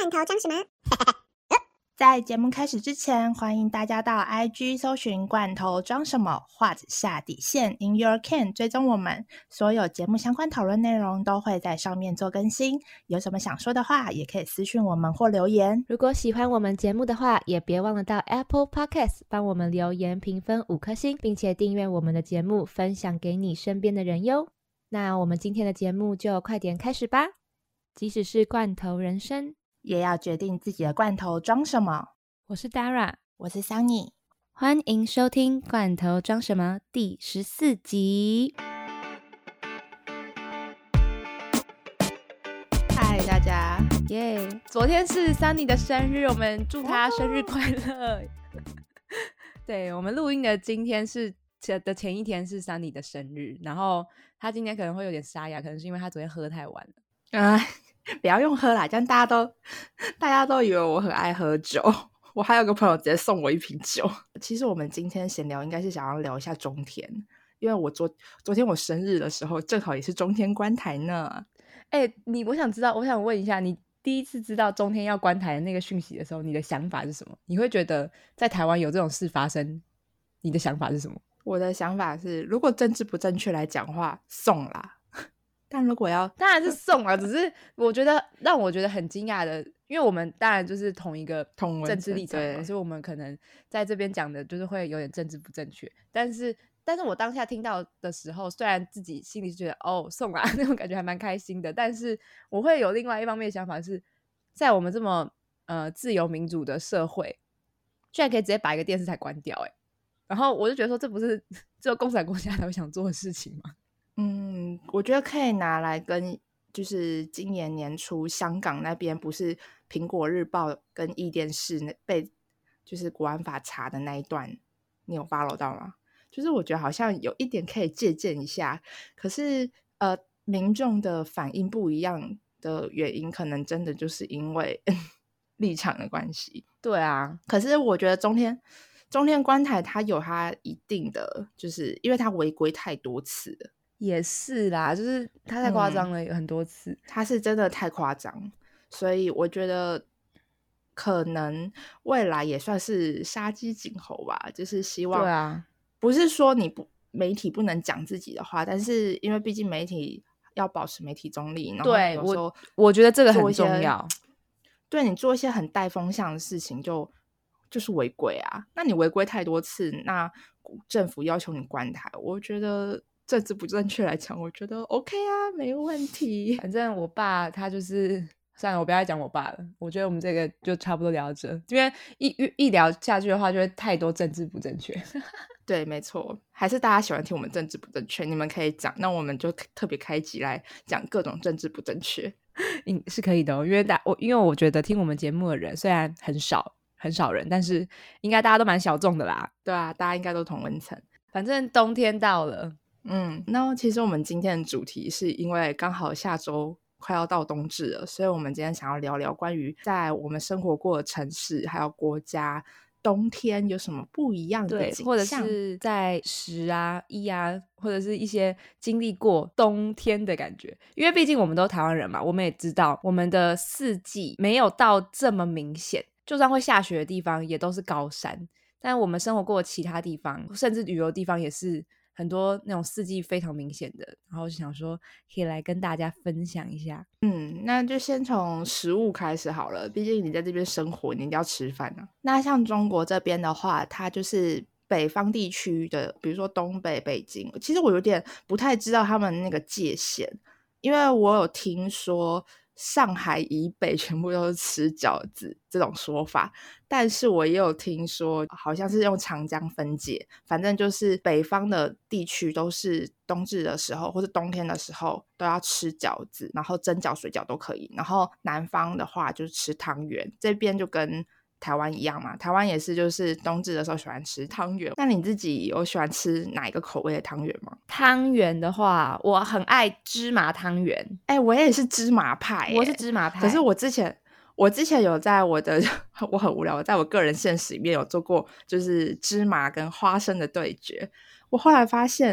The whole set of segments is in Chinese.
罐头装什么？ 在节目开始之前，欢迎大家到 IG 搜寻罐头装什么或者下底线 in your can 追踪我们，所有节目相关讨论内容都会在上面做更新，有什么想说的话也可以私讯我们或留言。 如果喜欢我们节目的话，也别忘了到 Apple Podcast 帮我们留言评分5颗星，并且订阅我们的节目，分享给你身边的人哟。那我们今天的节目就快点开始吧。即使是罐头人生， 也要决定自己的罐头装什么。 我是 Dara， 我是 Sunny， 欢迎收听罐头装什么第14集。 嗨大家， 耶！昨天是 Sunny 的生日，我们祝他生日快乐。对，我们录音的今天是的前一天是 Sunny 的生日，然后他今天可能会有点沙哑，可能是因为他昨天喝太晚了。 不要用喝啦，这样大家都以为我很爱喝酒。我还有个朋友直接送我一瓶酒。其实我们今天闲聊应该是想要聊一下中天，因为我昨天我生日的时候正好也是中天关台呢。 我想问一下，你第一次知道中天要关台的那个讯息的时候，你的想法是什么？你会觉得在台湾有这种事发生，你的想法是什么？ 我的想法是，如果政治不正确来讲话，送啦。但如果当然是送啦，只是让我觉得很惊讶的，因为我们当然就是同一个政治立场嘛，所以我们可能在这边讲的就是会有点政治不正确。但是我当下听到的时候，虽然自己心里是觉得送啦那种感觉还蛮开心的，但是我会有另外一方面的想法是，在我们这么自由民主的社会，居然可以直接把一个电视台关掉然后我就觉得说，这不是只有共产国家才会想做的事情吗？ 我觉得可以拿来跟就是今年年初香港那边不是苹果日报跟一电视被就是国安法查的那一段，你有 follow 到吗？就是我觉得好像有一点可以借鉴一下，可是民众的反应不一样的原因，可能真的就是因为立场的关系。 对啊， 可是我觉得中天关台它有它一定的，就是因为它违规太多次了。 也是啦，就是他太夸张了，有很多次他是真的太夸张，所以我觉得可能未来也算是杀鸡儆猴吧，就是希望， 对啊， 不是说媒体不能讲自己的话，但是因为毕竟媒体要保持媒体中立，然后有时候我觉得这个很重要。 对，你做一些很带风向的事情就是违规啊，那你违规太多次，那政府要求你关台，我觉得政治不正确来讲，我觉得 OK 啊，没问题。 反正我爸他就是算了，我不要再讲我爸了。我觉得我们这个就差不多聊着，因为一聊下去的话，就会太多政治不正确。 对，没错，还是大家喜欢听我们政治不正确，你们可以讲，那我们就特别开集来讲各种政治不正确。 是可以的因为我觉得听我们节目的人虽然很少人，但是应该大家都蛮小众的啦。 对啊，大家应该都同温层。 反正冬天到了。 那其实我们今天的主题是因为刚好下周快要到冬至了，所以我们今天想要聊聊关于在我们生活过的城市还有国家冬天有什么不一样的景象， 或者是在10啊1啊，或者是一些经历过冬天的感觉。因为毕竟我们都台湾人嘛，我们也知道我们的四季没有到这么明显，就算会下雪的地方也都是高山，但我们生活过的其他地方甚至旅游地方也是很多那种四季非常明显的，然后就想说可以来跟大家分享一下。 那就先从食物开始好了，毕竟你在这边生活，你一定要吃饭啊。那像中国这边的话，它就是北方地区的，比如说东北、北京，其实我有点不太知道他们那个界限，因为我有听说上海以北全部都是吃饺子这种说法，但是我也有听说好像是用长江分界，反正就是北方的地区都是冬至的时候或是冬天的时候都要吃饺子，然后蒸饺水饺都可以，然后南方的话就是吃汤圆，这边就跟台湾一样嘛，台湾也是就是冬至的时候喜欢吃汤圆。那你自己有喜欢吃哪一个口味的汤圆吗？ 汤圆的话，我很爱芝麻汤圆。 我也是芝麻派我是芝麻派。 可是我之前有在我很无聊，我在我个人现实里面有做过就是芝麻跟花生的对决，我后来发现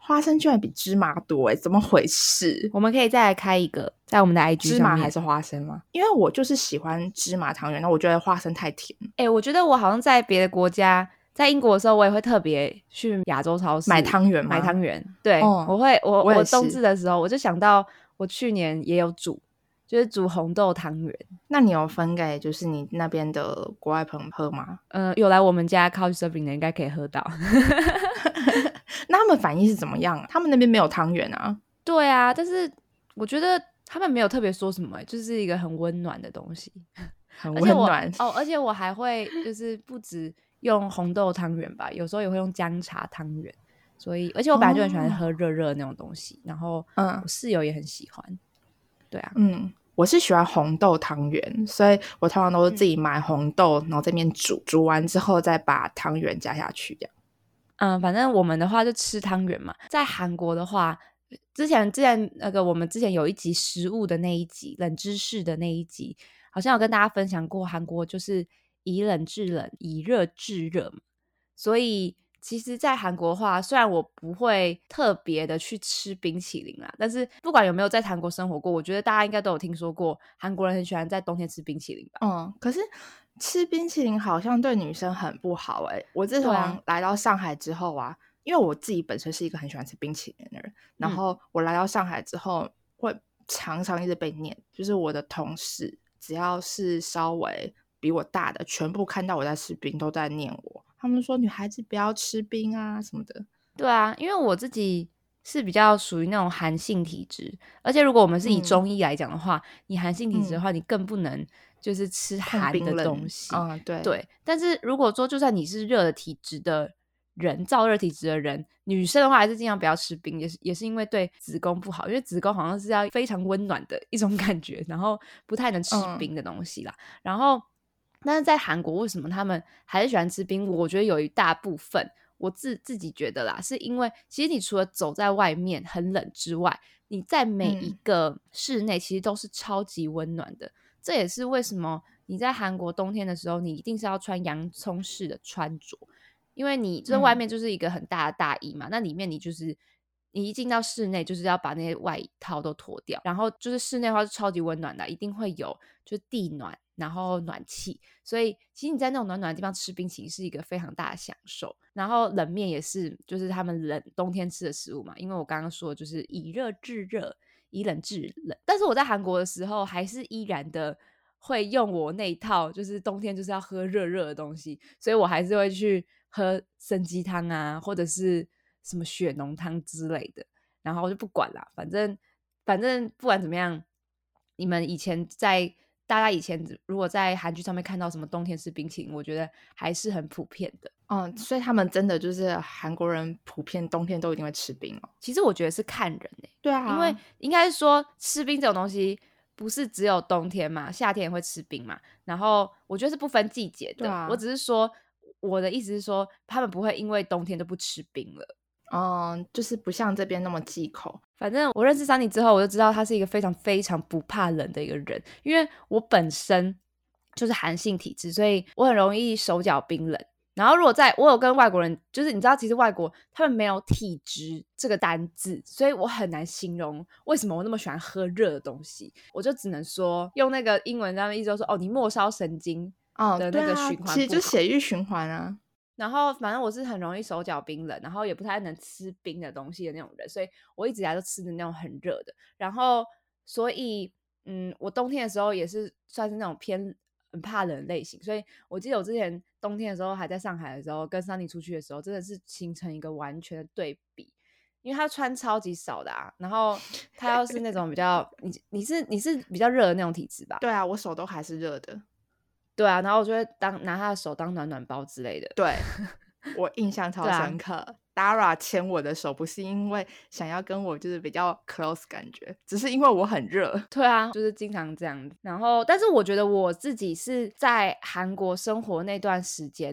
花生居然比芝麻多怎么回事？ 我们可以再来开一个在我们的 IG 芝麻还是花生吗？因为我就是喜欢芝麻汤圆，那我觉得花生太甜。 我觉得我好像在别的国家，在英国的时候我也会特别去亚洲超市买汤圆吗？ 买汤圆，对，我冬至的时候我就想到我去年也有煮，就是煮红豆汤圆。 那你有分给就是你那边的国外朋友喝吗？ 有来我们家 Couchsurfing 的应该可以喝到。 那他们反应是怎么样？他们那边没有汤圆啊？ 对啊，但是我觉得他们没有特别说什么，就是一个很温暖的东西， 很温暖而且我还会就是不止用红豆汤圆吧，有时候也会用姜茶汤圆，所以而且我本来就很喜欢喝热热的那种东西，然后我室友也很喜欢。对啊， 我是喜欢红豆汤圆，所以我通常都是自己买红豆，然后在那边煮完之后再把汤圆加下去这样。 反正我们的话就吃汤圆嘛。在韩国的话，之前那个我们之前有一集食物的那一集，冷知识的那一集，好像有跟大家分享过，韩国就是以冷制冷，以热制热嘛。所以其实在韩国的话，虽然我不会特别的去吃冰淇淋啦，但是不管有没有在韩国生活过，我觉得大家应该都有听说过韩国人很喜欢在冬天吃冰淇淋吧。 可是吃冰淇淋好像对女生很不好我自从来到上海之后啊，因为我自己本身是一个很喜欢吃冰淇淋的人，然后我来到上海之后会常常一直被念，就是我的同事只要是稍微比我大的，全部看到我在吃冰都在念我，他们说女孩子不要吃冰啊什么的。 对啊，因为我自己是比较属于那种寒性体质，而且如果我们是以中医来讲的话，你寒性体质的话，你更不能就是吃寒的东西。对。但是如果说就算你是热的体质的人，燥热体质的人，女生的话还是尽量不要吃冰，也是因为对子宫不好，因为子宫好像是要非常温暖的一种感觉，然后不太能吃冰的东西啦。然后但是在韩国为什么他们还是喜欢吃冰？我觉得有一大部分我自己觉得啦，是因为其实你除了走在外面很冷之外，你在每一个室内其实都是超级温暖的。这也是为什么你在韩国冬天的时候，你一定是要穿洋葱式的穿着，因为你这外面就是一个很大的大衣嘛，那里面你一进到室内就是要把那些外套都脱掉，然后就是室内的话是超级温暖的，一定会有就是地暖，然后暖气，所以其实你在那种暖暖的地方吃冰淇淋是一个非常大的享受。然后冷面也是就是他们冬天吃的食物嘛，因为我刚刚说的就是以热制热，以冷制冷。但是我在韩国的时候还是依然的会用我那一套，就是冬天就是要喝热热的东西，所以我还是会去喝参鸡汤啊，或者是什么血浓汤之类的，然后我就不管啦，反正不管怎么样，你们大家以前如果在韩剧上面看到什么冬天吃冰淇淋，我觉得还是很普遍的。 所以他们真的就是韩国人普遍冬天都一定会吃冰哦。 其实我觉得是看人对啊， 因为应该是说吃冰这种东西不是只有冬天嘛，夏天也会吃冰嘛，然后我觉得是不分季节的。我只是说我的意思是说他们不会因为冬天都不吃冰了。 就是不像这边那么忌口。 反正我认识Sunny之后，我就知道他是一个非常非常不怕冷的一个人，因为我本身就是寒性体质，所以我很容易手脚冰冷。然后如果我有跟外国人，就是你知道其实外国他们没有体质这个单字，所以我很难形容为什么我那么喜欢喝热的东西，我就只能说用那个英文他们意思说你末梢神经的那个循环不好， 其实就血液循环啊。 然后反正我是很容易手脚冰冷，然后也不太能吃冰的东西的那种人，所以我一直以来都吃的那种很热的。然后所以我冬天的时候也是算是那种偏很怕冷类型，所以我记得我之前冬天的时候还在上海的时候，跟Sunny出去的时候，真的是形成一个完全的对比，因为他穿超级少的然后他要是那种比较你是比较热的那种体质吧？ 对啊，我手都还是热的。 对啊，然后我就会拿他的手当暖暖包之类的。 对，我印象超深刻。Dara 牵我的手不是因为想要跟我就是比较 close 感觉，只是因为我很热。 对啊，就是经常这样。然后但是我觉得我自己是在韩国生活那段时间，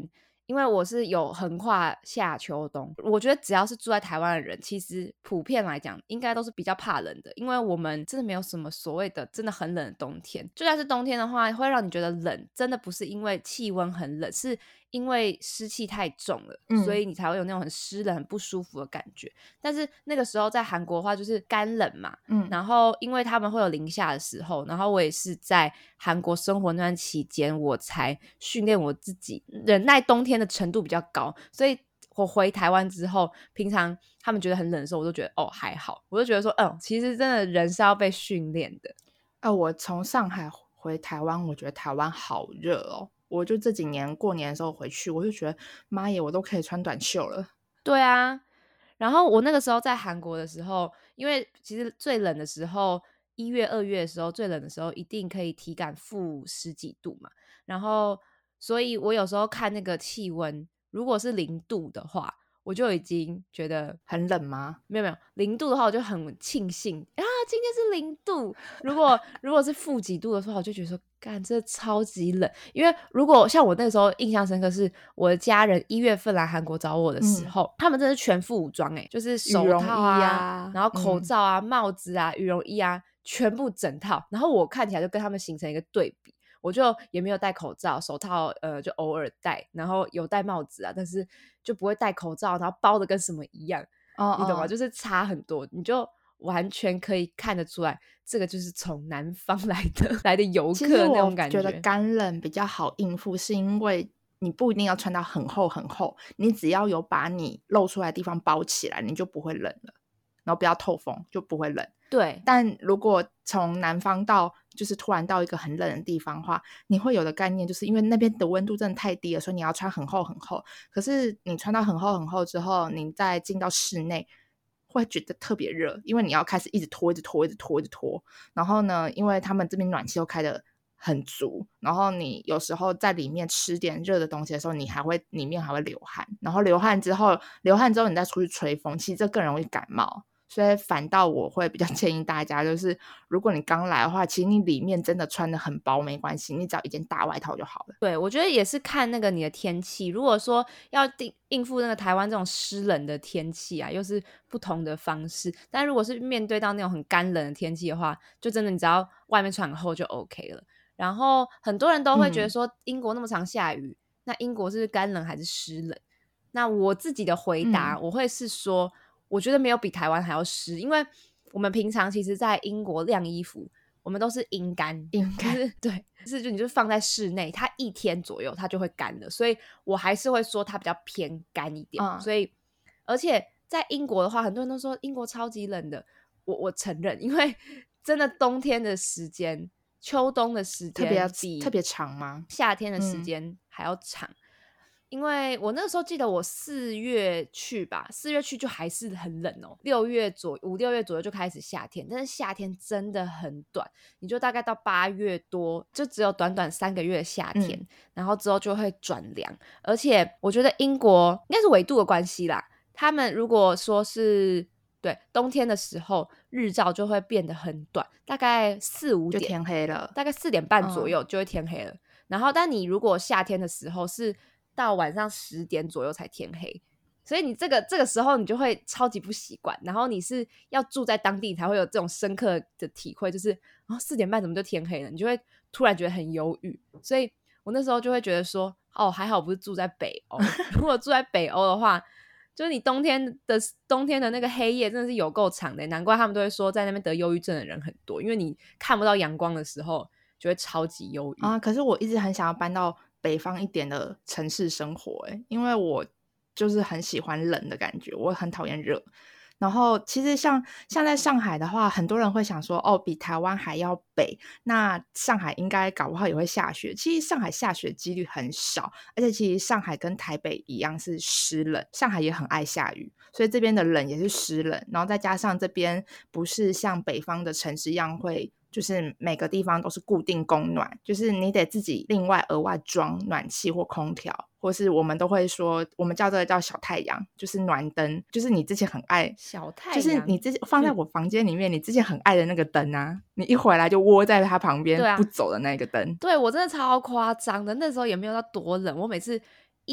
因为我是有横跨夏秋冬，我觉得只要是住在台湾的人，其实普遍来讲应该都是比较怕冷的，因为我们真的没有什么所谓的真的很冷的冬天。就算是冬天的话，会让你觉得冷，真的不是因为气温很冷，是因为湿气太重了，所以你才会有那种很湿冷很不舒服的感觉。但是那个时候在韩国的话就是干冷嘛，然后因为他们会有零下的时候，然后我也是在韩国生活那段期间，我才训练我自己忍耐冬天的程度比较高，所以我回台湾之后，平常他们觉得很冷的时候，我都觉得哦还好，我就觉得说其实真的人是要被训练的。 我从上海回台湾，我觉得台湾好热哦，我就这几年过年的时候回去，我就觉得妈耶，我都可以穿短袖了。 对啊，然后我那个时候在韩国的时候，因为其实最冷的时候1月2月的时候，最冷的时候一定可以体感-10几度嘛，然后所以我有时候看那个气温，如果是0度的话，我就已经觉得很冷吗？ 没有0度的话我就很庆幸啊，今天是0度。如果是负几度的话，我就觉得说干这超级冷。因为如果像我那个时候印象深刻是我的家人1月份来韩国找我的时候，他们真的是全副武装就是手套啊，然后口罩啊，帽子啊，羽绒衣啊，全部整套，然后我看起来就跟他们形成一个对比。我就也没有戴口罩，手套就偶尔戴，然后有戴帽子啊，但是就不会戴口罩，然后包的跟什么一样，你懂吗？就是差很多，你就完全可以看得出来，这个就是从南方来的游客那种感觉。 其实我觉得干冷比较好应付，是因为你不一定要穿到很厚很厚，你只要有把你露出来的地方包起来，你就不会冷了，然后不要透风就不会冷。 对， 但如果从南方到就是突然到一个很冷的地方的话，你会有的概念就是因为那边的温度真的太低了，所以你要穿很厚很厚。可是你穿到很厚很厚之后，你再进到室内会觉得特别热，因为你要开始一直拖一直拖一直拖一直拖。然后呢，因为他们这边暖气又开得很足，然后你有时候在里面吃点热的东西的时候，你里面还会流汗，然后流汗之后你再出去吹风，其实这更容易感冒。所以反倒我会比较建议大家，就是如果你刚来的话，其实你里面真的穿得很薄没关系，你只要一件大外套就好了。 对，我觉得也是看那个你的天气，如果说要应付那个台湾这种湿冷的天气啊，又是不同的方式。但如果是面对到那种很干冷的天气的话，就真的你只要外面穿很厚就 OK 了。然后很多人都会觉得说英国那么常下雨，那英国是干冷还是湿冷？那我自己的回答，我会是说我觉得没有比台湾还要湿，因为我们平常其实在英国晾衣服，我们都是阴干，就是对，就你就放在室内，它1天左右它就会干了，所以我还是会说它比较偏干一点。所以而且在英国的话，很多人都说英国超级冷的，我承认，因为真的冬天的时间、秋冬的时间特别长吗？ 夏天的时间还要长。因为我那个时候记得我4月去吧，4月去就还是很冷哦，5、6月左右就开始夏天，但是夏天真的很短，你就大概到8月多，就只有短短3个月的夏天，然后之后就会转凉。而且我觉得英国应该是纬度的关系啦，他们如果说是对冬天的时候，日照就会变得很短，大概4、5点就天黑了， 大概4点半左右就会天黑了。然后但你如果夏天的时候是到晚上10点左右才天黑，所以你这个时候你就会超级不习惯，然后你是要住在当地才会有这种深刻的体会，就是4点半怎么就天黑了，你就会突然觉得很忧郁。所以我那时候就会觉得说还好不是住在北欧如果住在北欧的话，就是你冬天的那个黑夜真的是有够长的，难怪他们都会说在那边得忧郁症的人很多，因为你看不到阳光的时候就会超级忧郁可是我一直很想要搬到北方一点的城市生活因为我就是很喜欢冷的感觉，我很讨厌热。然后其实像在上海的话，很多人会想说比台湾还要北，那上海应该搞不好也会下雪。其实上海下雪几率很少，而且其实上海跟台北一样是湿冷，上海也很爱下雨，所以这边的冷也是湿冷。然后再加上这边不是像北方的城市一样会就是每个地方都是固定供暖，就是你得自己另外额外装暖气或空调，或是我们都会说我们叫这个叫小太阳，就是暖灯，就是你之前很爱小太阳， 就是你之前放在我房间里面你之前很爱的那个灯啊，你一回来就窝在它旁边不走的那个灯。 对，我真的超夸张的，那时候也没有到多冷，我每次一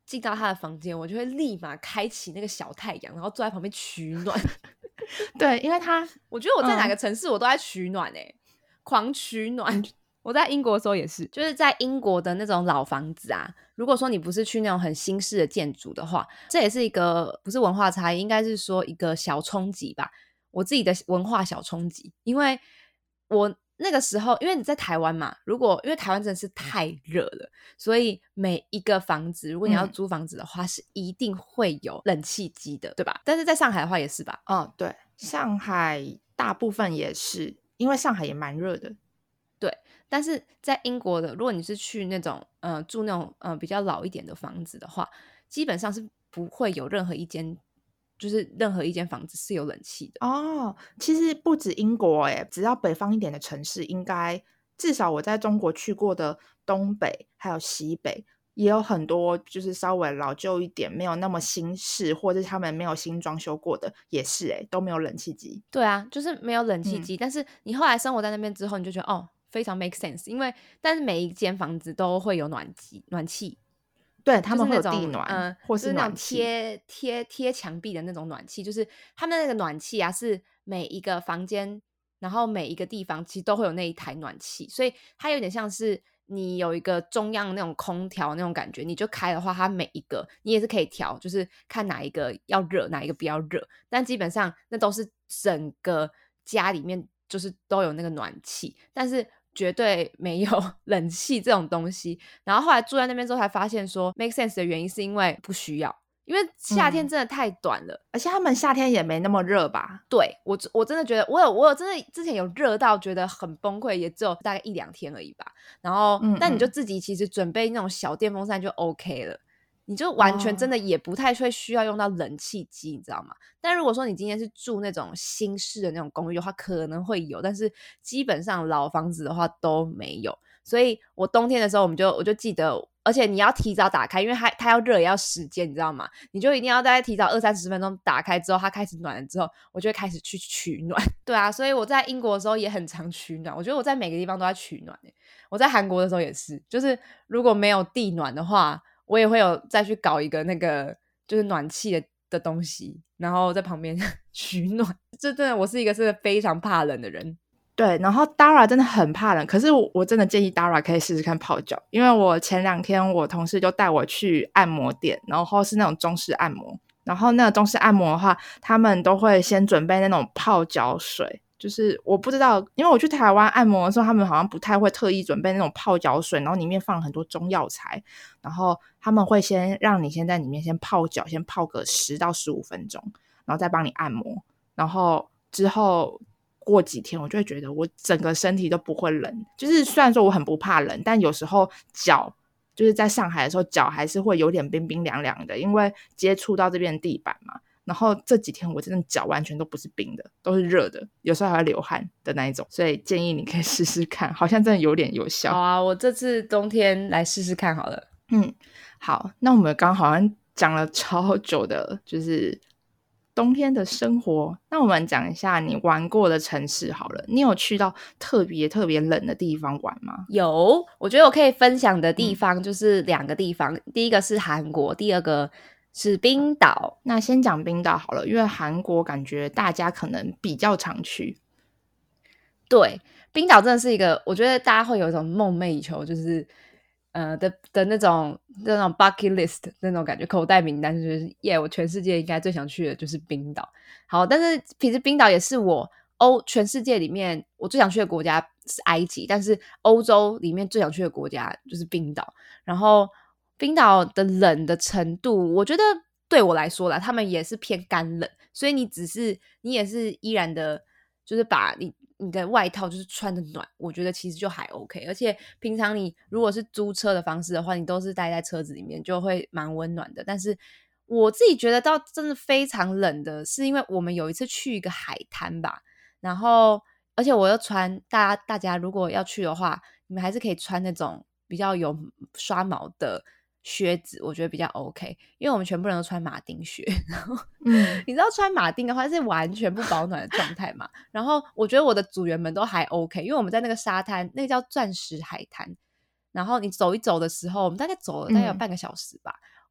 进到他的房间，我就会立马开启那个小太阳，然后坐在旁边取暖。 对，因为我觉得我在哪个城市我都在取暖狂取暖。我在英国的时候也是，就是在英国的那种老房子啊，如果说你不是去那种很新式的建筑的话，这也是一个不是文化差异，应该是说一个小冲击吧，我自己的文化小冲击。因为我那个时候因为你在台湾嘛，因为台湾真的是太热了，所以每一个房子如果你要租房子的话，是一定会有冷气机的，对吧？但是在上海的话也是吧？ 对，上海大部分也是，因为上海也蛮热的。 对，但是在英国的，如果你是去那种住那种比较老一点的房子的话，基本上是不会有任何一间房子是有冷气的。 其实不止英国只要北方一点的城市，应该至少我在中国去过的东北还有西北也有很多就是稍微老旧一点没有那么新式，或者是他们没有新装修过的也是都没有冷气机。 对啊，就是没有冷气机，但是你后来生活在那边之后，你就觉得非常 make sense， 但是每一间房子都会有暖气， 对，他们会有地暖，或是暖气， 就是那种贴墙壁的那种暖气，就是他们那个暖气啊，是每一个房间，然后每一个地方其实都会有那一台暖气，所以它有点像是你有一个中央那种空调那种感觉，你就开的话，它每一个你也是可以调，就是看哪一个要热，哪一个不要热，但基本上那都是整个家里面就是都有那个暖气，但是绝对没有冷气这种东西。然后后来住在那边之后才发现说 make sense 的原因是因为不需要，因为夏天真的太短了， 而且他们夏天也没那么热吧。 对，我真的觉得我有真的之前有热到觉得很崩溃，也只有大概1-2天而已吧。然后但你就自己其实准备那种小电风扇就 OK 了，你就完全真的也不太会需要用到冷气机，你知道吗？但如果说你今天是住那种新式的那种公寓的话，可能会有，但是基本上老房子的话都没有。所以我冬天的时候我就记得，而且你要提早打开，因为它要热也要时间，你知道吗？你就一定要大概提早20-30分钟打开之后，它开始暖了之后，我就会开始去取暖。对啊，所以我在英国的时候也很常取暖，我觉得我在每个地方都在取暖我在韩国的时候也是，就是如果没有地暖的话，我也会有再去搞一个那个就是暖气的东西，然后在旁边取暖。这真的我是一个非常怕冷的人。 对，然后 Dara 真的很怕冷，可是我真的建议 Dara 可以试试看泡脚，因为我前2天我同事就带我去按摩店，然后是那种中式按摩，然后那个中式按摩的话，他们都会先准备那种泡脚水，就是我不知道，因为我去台湾按摩的时候，他们好像不太会特意准备那种泡脚水，然后里面放很多中药材，然后他们会先让你先在里面先泡脚，先泡个10到15分钟，然后再帮你按摩，然后之后过几天我就会觉得我整个身体都不会冷，就是虽然说我很不怕冷，但有时候脚就是在上海的时候脚还是会有点冰冰凉凉的，因为接触到这边的地板嘛，然后这几天我真的脚完全都不是冰的，都是热的，有时候还会流汗的那一种，所以建议你可以试试看，好像真的有点有效。 好啊，我这次冬天来试试看好了。 好，那我们刚好像讲了超久的就是冬天的生活，那我们讲一下你玩过的城市好了，你有去到特别特别冷的地方玩吗？ 有，我觉得我可以分享的地方就是2个地方，第一个是韩国，第二个是冰岛。 那先讲冰岛好了，因为韩国感觉大家可能比较常去。 对，冰岛真的是一个我觉得大家会有一种梦寐以求，就是的那种 bucket list 那种感觉，口袋名单，就是我全世界应该最想去的就是冰岛。好，但是其实冰岛也是我全世界里面我最想去的国家是埃及，但是欧洲里面最想去的国家就是冰岛。然后冰岛的冷的程度，我觉得对我来说啦，他们也是偏干冷，所以你也是依然的，就是把你的外套就是穿的暖，我觉得其实就还 OK。而且平常你如果是租车的方式的话，你都是待在车子里面，就会蛮温暖的。但是我自己觉得到真的非常冷的是因为我们有一次去一个海滩吧，然后而且我又穿大家如果要去的话，你们还是可以穿那种比较有刷毛的靴子，我觉得比较 OK， 因为我们全部人都穿马丁靴，然后你知道穿马丁的话是完全不保暖的状态嘛，然后我觉得我的组员们都还 OK， 因为我们在那个沙滩，那个叫钻石海滩，然后你走一走的时候，我们大概走了大概有半个小时吧，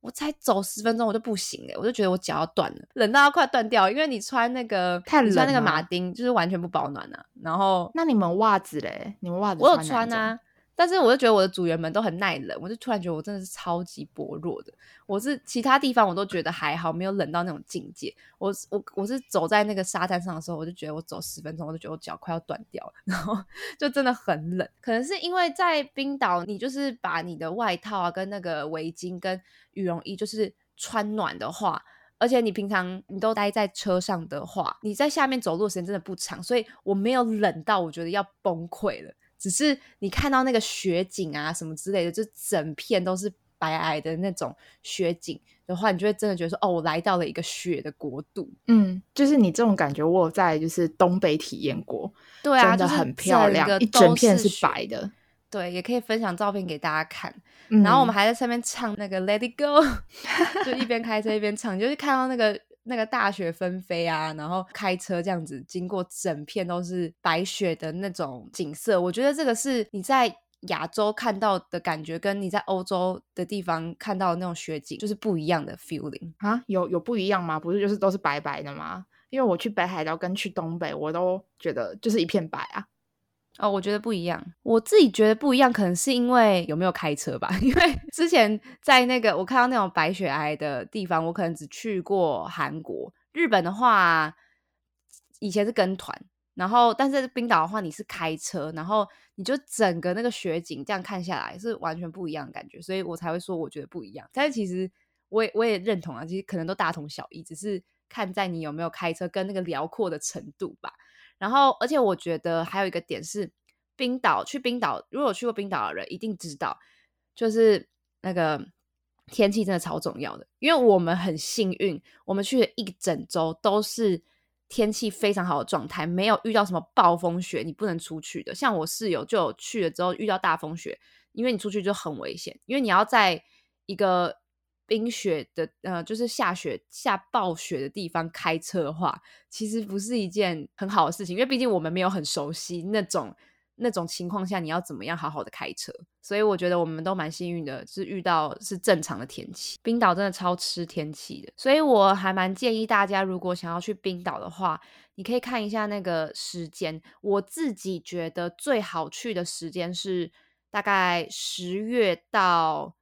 我才走10分钟我就不行了，我就觉得我脚要断了，冷到要快断掉，因为你穿那个太冷， 你穿那个马丁就是完全不保暖啊。然后那你们袜子嘞？你们袜子我有穿啊，但是我就觉得我的组员们都很耐冷，我就突然觉得我真的是超级薄弱的。我是其他地方我都觉得还好，没有冷到那种境界。我是走在那个沙滩上的时候，我就觉得我走10分钟，我就觉得我脚快要断掉了，然后就真的很冷。可能是因为在冰岛，你就是把你的外套啊、跟那个围巾、跟羽绒衣，就是穿暖的话。而且你平常你都待在车上的话，你在下面走路的时间真的不长，所以我没有冷到我觉得要崩溃了。只是你看到那个雪景啊什么之类的，就整片都是白皑的那种雪景的话，你就会真的觉得说，哦，我来到了一个雪的国度。 就是你这种感觉我有在就是东北体验过。 对啊， 真的很漂亮，一整片是白的。 对，也可以分享照片给大家看。然后我们还在上面唱那个 Let It Go 就一边开车一边唱，就是看到那个大雪纷飞啊，然后开车这样子经过整片都是白雪的那种景色。我觉得这个是你在亚洲看到的感觉跟你在欧洲的地方看到的那种雪景就是不一样的 feeling 啊。有不一样吗？不是就是都是白白的吗？因为我去北海道跟去东北我都觉得就是一片白啊。 哦，我觉得不一样。我自己觉得不一样，可能是因为有没有开车吧。因为之前在那个我看到那种白雪皑的地方，我可能只去过韩国。日本的话，以前是跟团，然后但是冰岛的话，你是开车，然后你就整个那个雪景这样看下来是完全不一样的感觉，所以我才会说我觉得不一样。但是其实我也认同啊，其实可能都大同小异，只是看在你有没有开车跟那个辽阔的程度吧。然后而且我觉得还有一个点是去冰岛如果有去过冰岛的人一定知道，就是那个天气真的超重要的。因为我们很幸运，我们去了一整周都是天气非常好的状态，没有遇到什么暴风雪你不能出去的。像我室友就有去了之后遇到大风雪，因为你出去就很危险，因为你要在一个冰雪的就是下暴雪的地方开车的话，其实不是一件很好的事情，因为毕竟我们没有很熟悉那种情况下你要怎么样好好的开车。所以我觉得我们都蛮幸运的，是遇到是正常的天气。冰岛真的超吃天气的，所以我还蛮建议大家如果想要去冰岛的话，你可以看一下那个时间。我自己觉得最好去的时间是大概10月到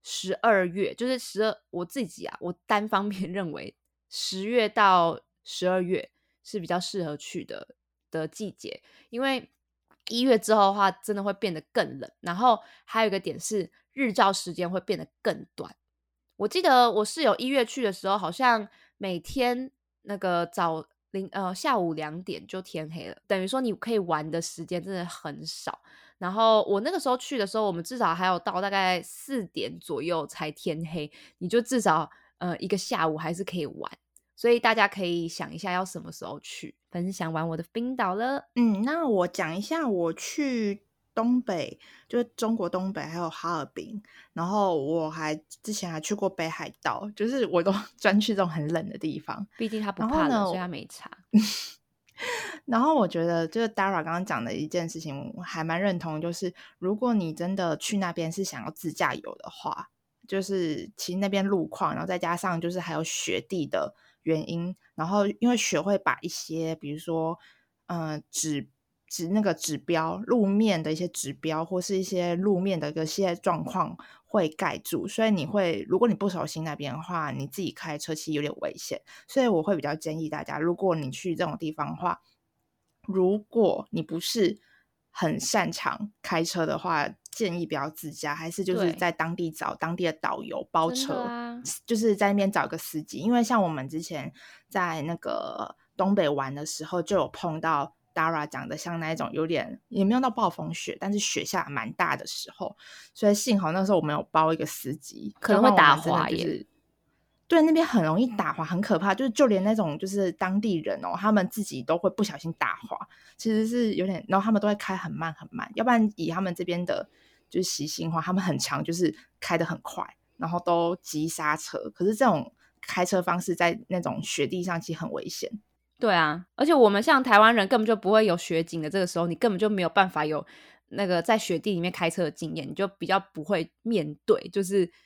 12月，就是我自己啊，我单方面认为10月到12月是比较适合去的季节。因为1月之后的话真的会变得更冷，然后还有一个点是日照时间会变得更短。我记得我室友1月去的时候，好像每天那个下午2点就天黑了，等于说你可以玩的时间真的很少。然后我那个时候去的时候，我们至少还有到大概4点左右才天黑，你就至少一个下午还是可以玩。所以大家可以想一下要什么时候去。分享完我的冰岛了。 那我讲一下我去东北，就是中国东北还有哈尔滨，然后我之前还去过北海道，就是我都专去这种很冷的地方。 毕竟他不怕冷，所以他没差。 然后我觉得就是 Dara 刚刚讲的一件事情我还蛮认同，就是如果你真的去那边是想要自驾游的话，就是其实那边路况，然后再加上就是还有雪地的原因，然后因为雪会把一些比如说那个指标，路面的一些指标或是一些路面的一些状况会盖住，所以如果你不熟悉那边的话，你自己开车其实有点危险。所以我会比较建议大家，如果你去这种地方的话，如果你不是很擅长开车的话，建议不要自驾，还是就是在当地找当地的导游包车，就是在那边找个司机。因为像我们之前在那个东北玩的时候，就有碰到Dara 讲的像那一种有点也没有到暴风雪，但是雪下蛮大的时候，所以幸好那时候我们有包一个司机， 可能会打滑耶。 对，那边很容易打滑，很可怕，就连那种就是当地人哦，他们自己都会不小心打滑，其实是有点，然后他们都会开很慢很慢，要不然以他们这边的就是习性的话，他们很常就是开得很快，然后都急刹车，可是这种开车方式在那种雪地上其实很危险。 对啊，而且我们像台湾人根本就不会有雪景的，这个时候你根本就没有办法有那个在雪地里面开车的经验，你就比较不会面对就是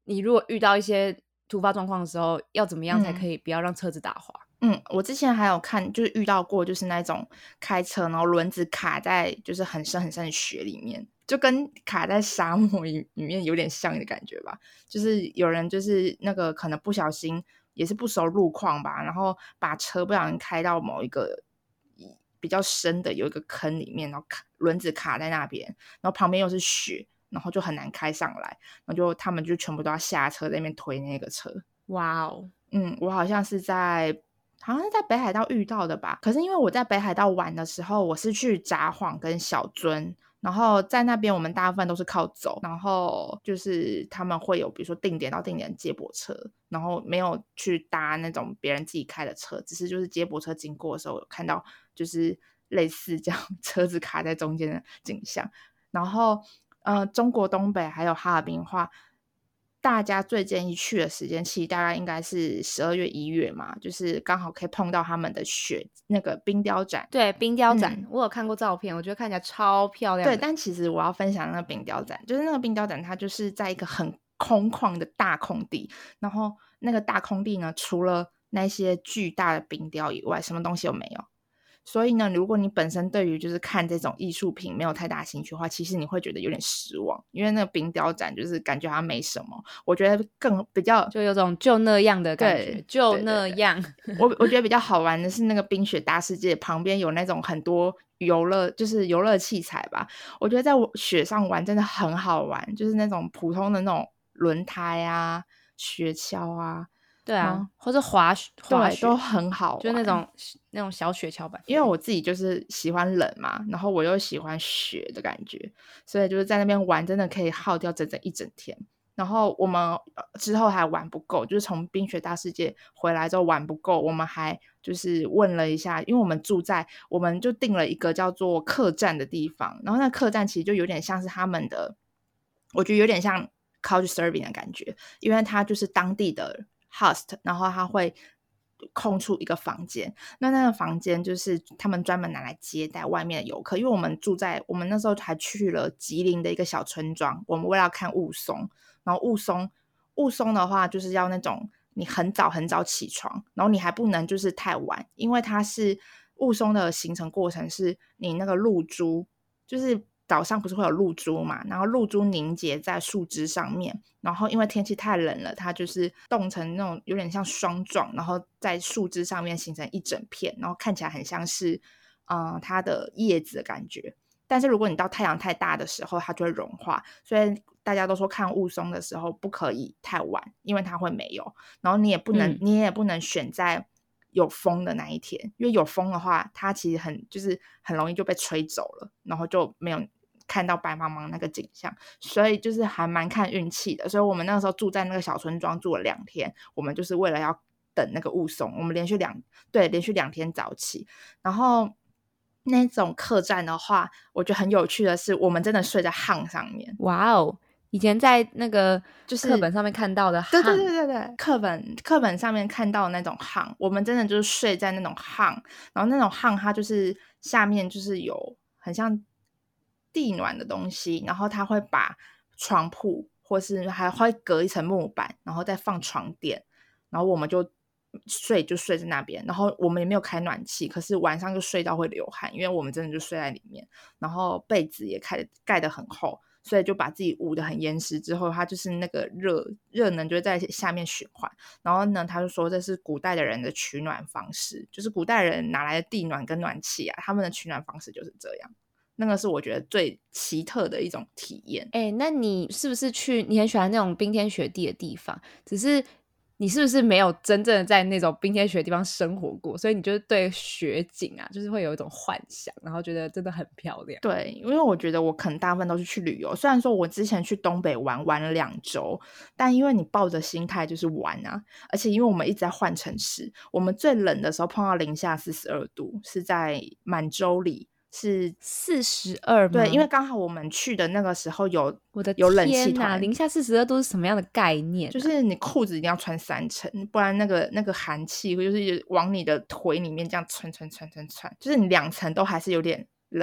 你如果遇到一些突发状况的时候要怎么样才可以不要让车子打滑。 我之前还有看，就是遇到过就是那种开车然后轮子卡在就是很深很深的雪里面，就跟卡在沙漠里面有点像的感觉吧。就是有人就是那个可能不小心也是不熟路况吧，然后把车不小心开到某一个比较深的有一个坑里面，然后轮子卡在那边，然后旁边又是雪，然后就很难开上来，然后他们就全部都要下车在那边推那个车。 哇哦， 我好像是在北海道遇到的吧。可是因为我在北海道玩的时候，我是去札幌跟小樽，然后在那边我们大部分都是靠走，然后就是他们会有比如说定点到定点的接驳车，然后没有去搭那种别人自己开的车，只是就是接驳车经过的时候有看到就是类似这样车子卡在中间的景象。然后中国东北还有哈尔滨的话，大家最建议去的时间其实大概应该是12月1月嘛，就是刚好可以碰到他们的雪那个冰雕展。 对，冰雕展，我有看过照片，我觉得看起来超漂亮的。 对，但其实我要分享那个冰雕展，就是那个冰雕展它就是在一个很空旷的大空地，然后那个大空地呢，除了那些巨大的冰雕以外，什么东西都没有。所以呢，如果你本身对于就是看这种艺术品没有太大兴趣的话，其实你会觉得有点失望，因为那个冰雕展就是感觉好像没什么。我觉得更比较就有种就那样的感觉，就那样。 我觉得比较好玩的是那个冰雪大世界旁边有那种很多就是游乐器材吧。我觉得在雪上玩真的很好玩，就是那种普通的那种轮胎啊、雪橇啊。 对啊，或者滑雪都很好玩， 就那种小雪橇版。 因为我自己就是喜欢冷嘛，然后我又喜欢雪的感觉，所以就是在那边玩真的可以耗掉整整一整天。然后我们之后还玩不够，就是从冰雪大世界回来之后玩不够，我们还就是问了一下，因为我们就订了一个叫做客栈的地方，然后那客栈其实就有点像是他们的，我觉得有点像 Couchsurfing 的感觉，因为它就是当地的host， 然后他会空出一个房间，那个房间就是他们专门拿来接待外面的游客。因为我们那时候还去了吉林的一个小村庄，我们为了要看雾凇，然后雾凇的话就是要那种你很早很早起床，然后你还不能就是太晚，因为它是雾凇的形成过程是你那个露珠就是岛上不是会有露珠嘛，然后露珠凝结在树枝上面，然后因为天气太冷了，它就是冻成那种有点像霜状，然后在树枝上面形成一整片，然后看起来很像是它的叶子的感觉。但是如果你到太阳太大的时候，它就会融化，所以大家都说看雾凇的时候不可以太晚，因为它会没有，然后你也不能选在有风的那一天，因为有风的话它其实很容易就被吹走了，然后就没有看到白茫茫那个景象，所以就是还蛮看运气的。所以我们那个时候住在那个小村庄住了2天，我们就是为了要等那个雾凇，我们连续2天早起。然后那种客栈的话，我觉得很有趣的是我们真的睡在炕上面。 哇哦，以前在那个就是课本上面看到的炕，对，课本上面看到的那种炕，我们真的就是睡在那种炕，然后那种炕它就是下面就是有很像地暖的东西，然后它会把床铺或是还会隔一层木板，然后再放床垫，然后我们就睡在那边，然后我们也没有开暖气，可是晚上就睡到会流汗，因为我们真的就睡在里面，然后被子也盖得很厚，所以就把自己捂得很严实之后，它就是那个热能就在下面循环。然后呢，他就说这是古代的人的取暖方式，就是古代人哪来的地暖跟暖气啊，他们的取暖方式就是这样。那个是我觉得最奇特的一种体验。 那你是不是你很喜欢那种冰天雪地的地方，只是你是不是没有真正的在那种冰天雪地方生活过，所以你就是对雪景啊就是会有一种幻想，然后觉得真的很漂亮。 对，因为我觉得我可能大部分都是去旅游，虽然说我之前去东北玩了2周，但因为你抱着心态就是玩啊，而且因为我们一直在换城市，我们最冷的时候碰到-42度是在满洲里，是 42吗？ 对，因为刚好我们去的那个时候有冷气团。 -42度是什么样的概念就是你裤子一定要穿3层，不然那个寒气就是往你的腿里面这样窜，就是你2层都还是有点冷。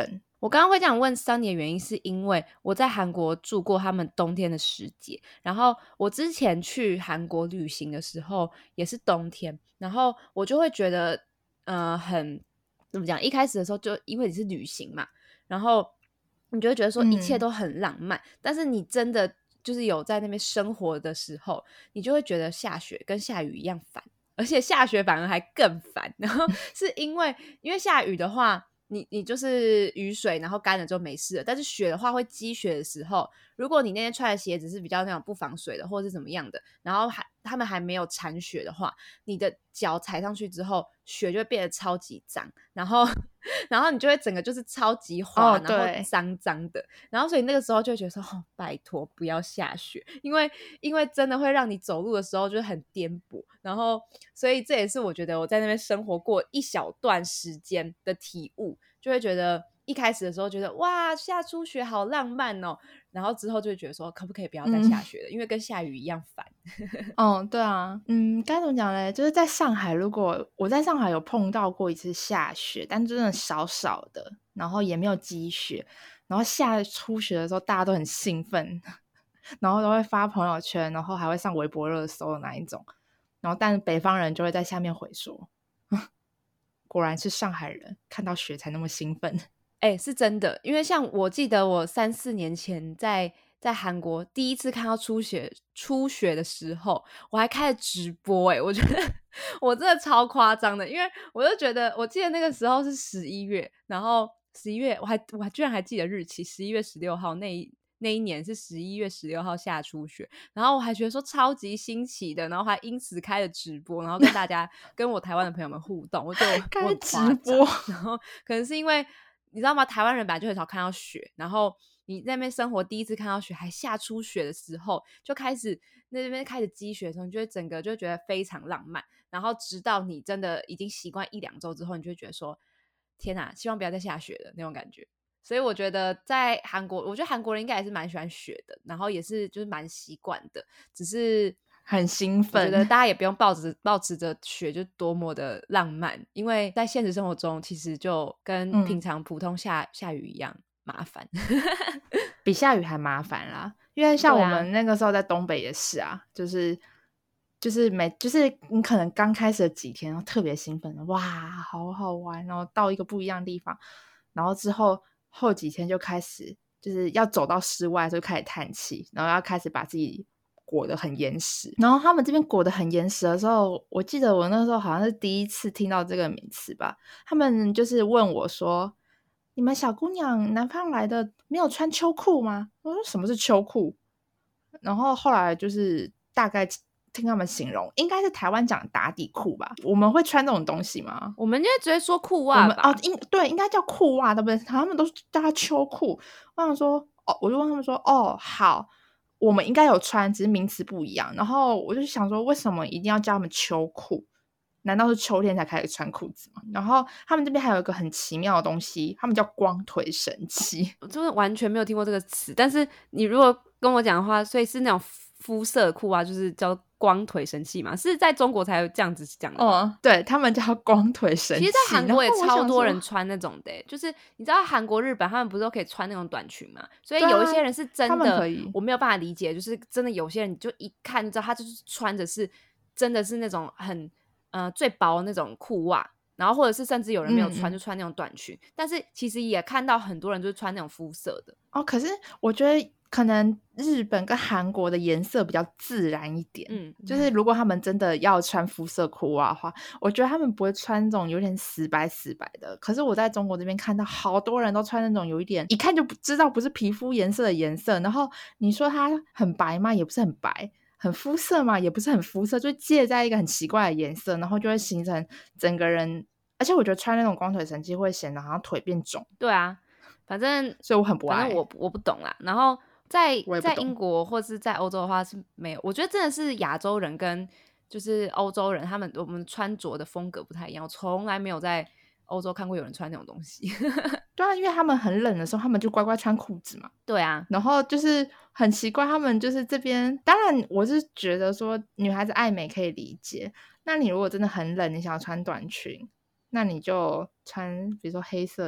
我刚刚会这样问 Sunny 的原因是因为我在韩国住过他们冬天的时节，然后我之前去韩国旅行的时候也是冬天，然后我就会觉得很怎么讲，一开始的时候就因为你是旅行嘛，然后你就会觉得说一切都很浪漫，但是你真的就是有在那边生活的时候，你就会觉得下雪跟下雨一样烦，而且下雪反而还更烦。然后是因为下雨的话你就是雨水然后干了就没事了，但是雪的话会积雪的时候，如果你那天穿的鞋子是比较那种不防水的或者是怎么样的，然后他们还没有铲雪的话，你的脚踩上去之后雪就会变得超级脏，然后你就会整个就是超级滑，然后脏脏的，然后所以那个时候就会觉得说拜托不要下雪，因为真的会让你走路的时候就是很颠簸，然后所以这也是我觉得我在那边生活过一小段时间的体悟，就会觉得一开始的时候觉得哇下初雪好浪漫哦，然后之后就会觉得说可不可以不要再下雪了，因为跟下雨一样烦。 对啊，该怎么讲嘞，就是在上海，如果我在上海有碰到过一次下雪，但真的少少的，然后也没有积雪，然后下初雪的时候大家都很兴奋，然后都会发朋友圈，然后还会上微博热搜的那一种，然后但北方人就会在下面回说果然是上海人看到雪才那么兴奋。 是真的，因为像我记得我3-4年前在韩国第一次看到初雪的时候，我还开了直播我觉得我真的超夸张的，因为我就觉得我记得那个时候是11月，然后11月我居然还记得日期，11月16号那一年是11月16号下初雪，然后我还觉得说超级新奇的，然后还因此开了直播，然后跟大家跟我台湾的朋友们互动，我觉得我很夸张， 开直播， 然后可能是因为你知道吗？台湾人本来就很少看到雪，然后你在那边生活第一次看到雪，还下初雪的时候，就开始那边开始积雪的时候，你就会整个就觉得非常浪漫。然后直到你真的已经习惯1-2周之后，你就会觉得说天哪，希望不要再下雪了那种感觉。所以我觉得在韩国，我觉得韩国人应该也是蛮喜欢雪的，然后也是就是蛮习惯的，只是很兴奋。 我觉得大家也不用抱持着雪就多么的浪漫，因为在现实生活中其实就跟平常普通下雨一样麻烦。 比下雨还麻烦啦，因为像我们那个时候在东北也是啊，就是你可能刚开始的几天特别兴奋，哇好好玩，然后到一个不一样的地方，然后之后几天就开始就是要走到室外就开始叹气，然后要开始把自己裹得很严实。然后他们这边裹得很严实的时候，我记得我那时候好像是第一次听到这个名词吧，他们就是问我说你们小姑娘南方来的没有穿秋裤吗？我说什么是秋裤，然后后来就是大概听他们形容应该是台湾讲打底裤吧。我们会穿这种东西吗？ 我们就直接说裤袜吧。 对，应该叫裤袜对不对？他们都叫它秋裤。我想说我就问他们说好，我们应该有穿，只是名词不一样。然后我就想说为什么一定要叫他们秋裤？难道是秋天才开始穿裤子吗？然后他们这边还有一个很奇妙的东西，他们叫光腿神器。 我真的完全没有听过这个词，但是你如果跟我讲的话，所以是那种肤色裤啊，就是叫光腿神器嘛，是在中国才有这样子讲的。 对，他们叫光腿神器。 其实在韩国也超多人穿那种的就是你知道韩国日本他们不是都可以穿那种短裙嘛，所以有一些人是真的我没有办法理解，就是真的有些人你就一看就知道他就是穿的是真的是那种很最薄的那种裤袜，然后或者是甚至有人没有穿就穿那种短裙，但是其实也看到很多人就是穿那种肤色的。 可是我觉得可能日本跟韩国的颜色比较自然一点，就是如果他们真的要穿肤色裤袜的话，我觉得他们不会穿这种有点死白的。可是我在中国这边看到好多人都穿那种有一点一看就知道不是皮肤颜色的颜色，然后你说它很白吗？也不是很白，很肤色嘛，也不是很肤色，就介在一个很奇怪的颜色，然后就会形成整个人，而且我觉得穿那种光腿神器会显得好像腿变肿。 对啊，反正所以我很不爱， 反正我不懂啦。然后在英国或是在欧洲的话是没有，我觉得真的是亚洲人跟就是欧洲人我们穿着的风格不太一样，我从来没有在欧洲看过有人穿那种东西。 对啊，因为他们很冷的时候他们就乖乖穿裤子嘛。 对啊， 然后就是很奇怪，他们就是这边当然我是觉得说女孩子爱美可以理解，那你如果真的很冷你想要穿短裙，那你就穿比如说黑色的，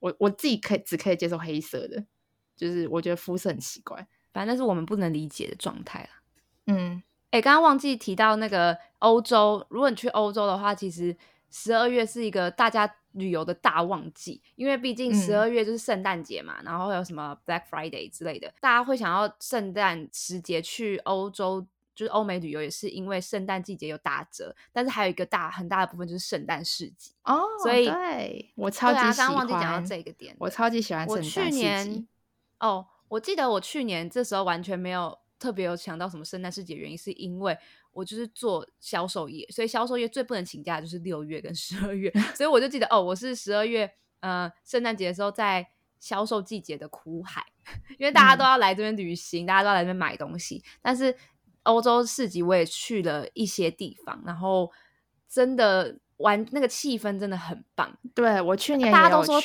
我自己只可以接受黑色的，就是我觉得肤色很奇怪， 反正那是我们不能理解的状态啦。 刚刚忘记提到那个欧洲，如果你去欧洲的话，其实12月是一个大家旅游的大旺季，因为毕竟12月就是圣诞节嘛，然后会有什么 Black Friday 之类的，大家会想要圣诞时节去欧洲，就是欧美旅游，也是因为圣诞季节有打折，但是还有一个很大的部分就是圣诞市集所以对，我超级喜欢， 刚刚忘记讲到这个点， 我超级喜欢圣诞市集。 我记得我去年这时候完全没有特别有想到什么圣诞市集的原因，是因为我就是做销售业，所以销售业最不能请假的就是6月跟12月，所以我就记得我是12月圣诞节的时候在销售季节的苦海，因为大家都要来这边旅行，大家都要来这边买东西，但是欧洲市集我也去了一些地方，然后真的那个气氛真的很棒。 对，我去年也有去， 大家都说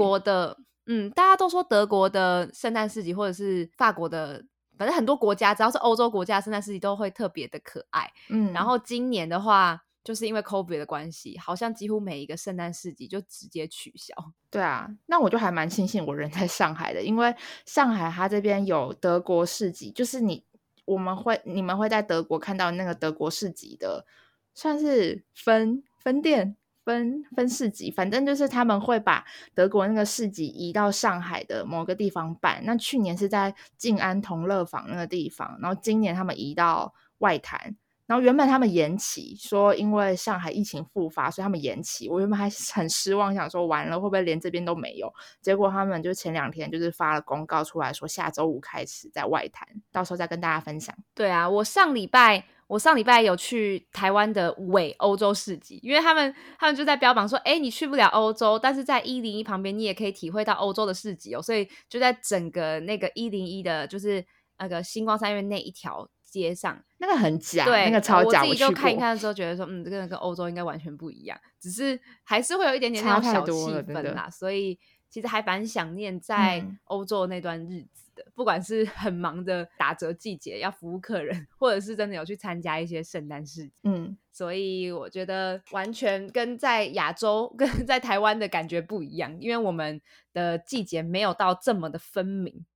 德国的圣诞市集或者是法国的，反正很多国家只要是欧洲国家的圣诞市集都会特别的可爱。然后今年的话就是因为 COVID 的关系，好像几乎每一个圣诞市集就直接取消。 对啊，那我就还蛮庆幸我人在上海的，因为上海它这边有德国市集，就是你们会在德国看到那个德国市集的算是分店分市集，反正就是他们会把德国那个市集移到上海的某个地方办。那去年是在静安同乐坊那个地方，然后今年他们移到外滩，然后原本他们延期说因为上海疫情复发所以他们延期，我原本还很失望，想说完了会不会连这边都没有，结果他们就前2天就是发了公告出来说下周5开始在外滩，到时候再跟大家分享。 对啊，我上礼拜有去台湾的伪欧洲市集，因为他们就在标榜说你去不了欧洲，但是在101旁边你也可以体会到欧洲的市集所以就在整个那个101的就是那个星光三月那一条街上， 那个很假， 对， 那个超假， 我自己就看一看之后觉得说这个跟欧洲应该完全不一样，只是还是会有一点点那种小气氛啦，所以其实还蛮想念在欧洲那段日子的，不管是很忙的打折季节要服务客人，或者是真的有去参加一些圣诞市集所以我觉得完全跟在亚洲跟在台湾的感觉不一样，因为我们的季节没有到这么的分明。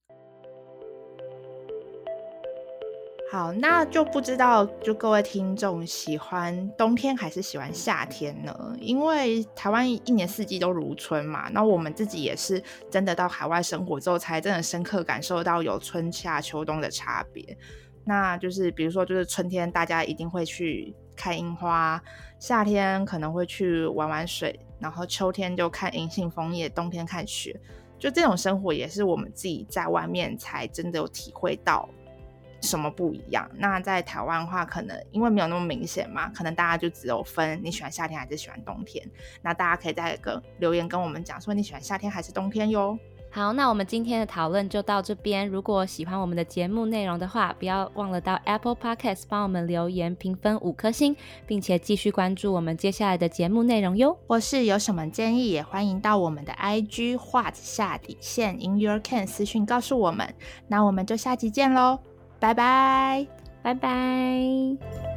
好，那就不知道就各位听众喜欢冬天还是喜欢夏天呢？因为台湾1年4季都如春嘛，那我们自己也是真的到海外生活之后才真的深刻感受到有春夏秋冬的差别。那就是比如说就是春天大家一定会去看樱花，夏天可能会去玩水，然后秋天就看银杏枫叶，冬天看雪，就这种生活也是我们自己在外面才真的有体会到什么不一样。那在台湾的话可能因为没有那么明显嘛，可能大家就只有分你喜欢夏天还是喜欢冬天，那大家可以在留言跟我们讲说你喜欢夏天还是冬天哟。 好，那我们今天的讨论就到这边，如果喜欢我们的节目内容的话，不要忘了到 Apple Podcast 帮我们留言评分5颗星，并且继续关注我们接下来的节目内容哟。 或是有什么建议也欢迎到我们的 IG _in your can 私讯告诉我们。那我们就下集见咯，拜拜， 拜拜。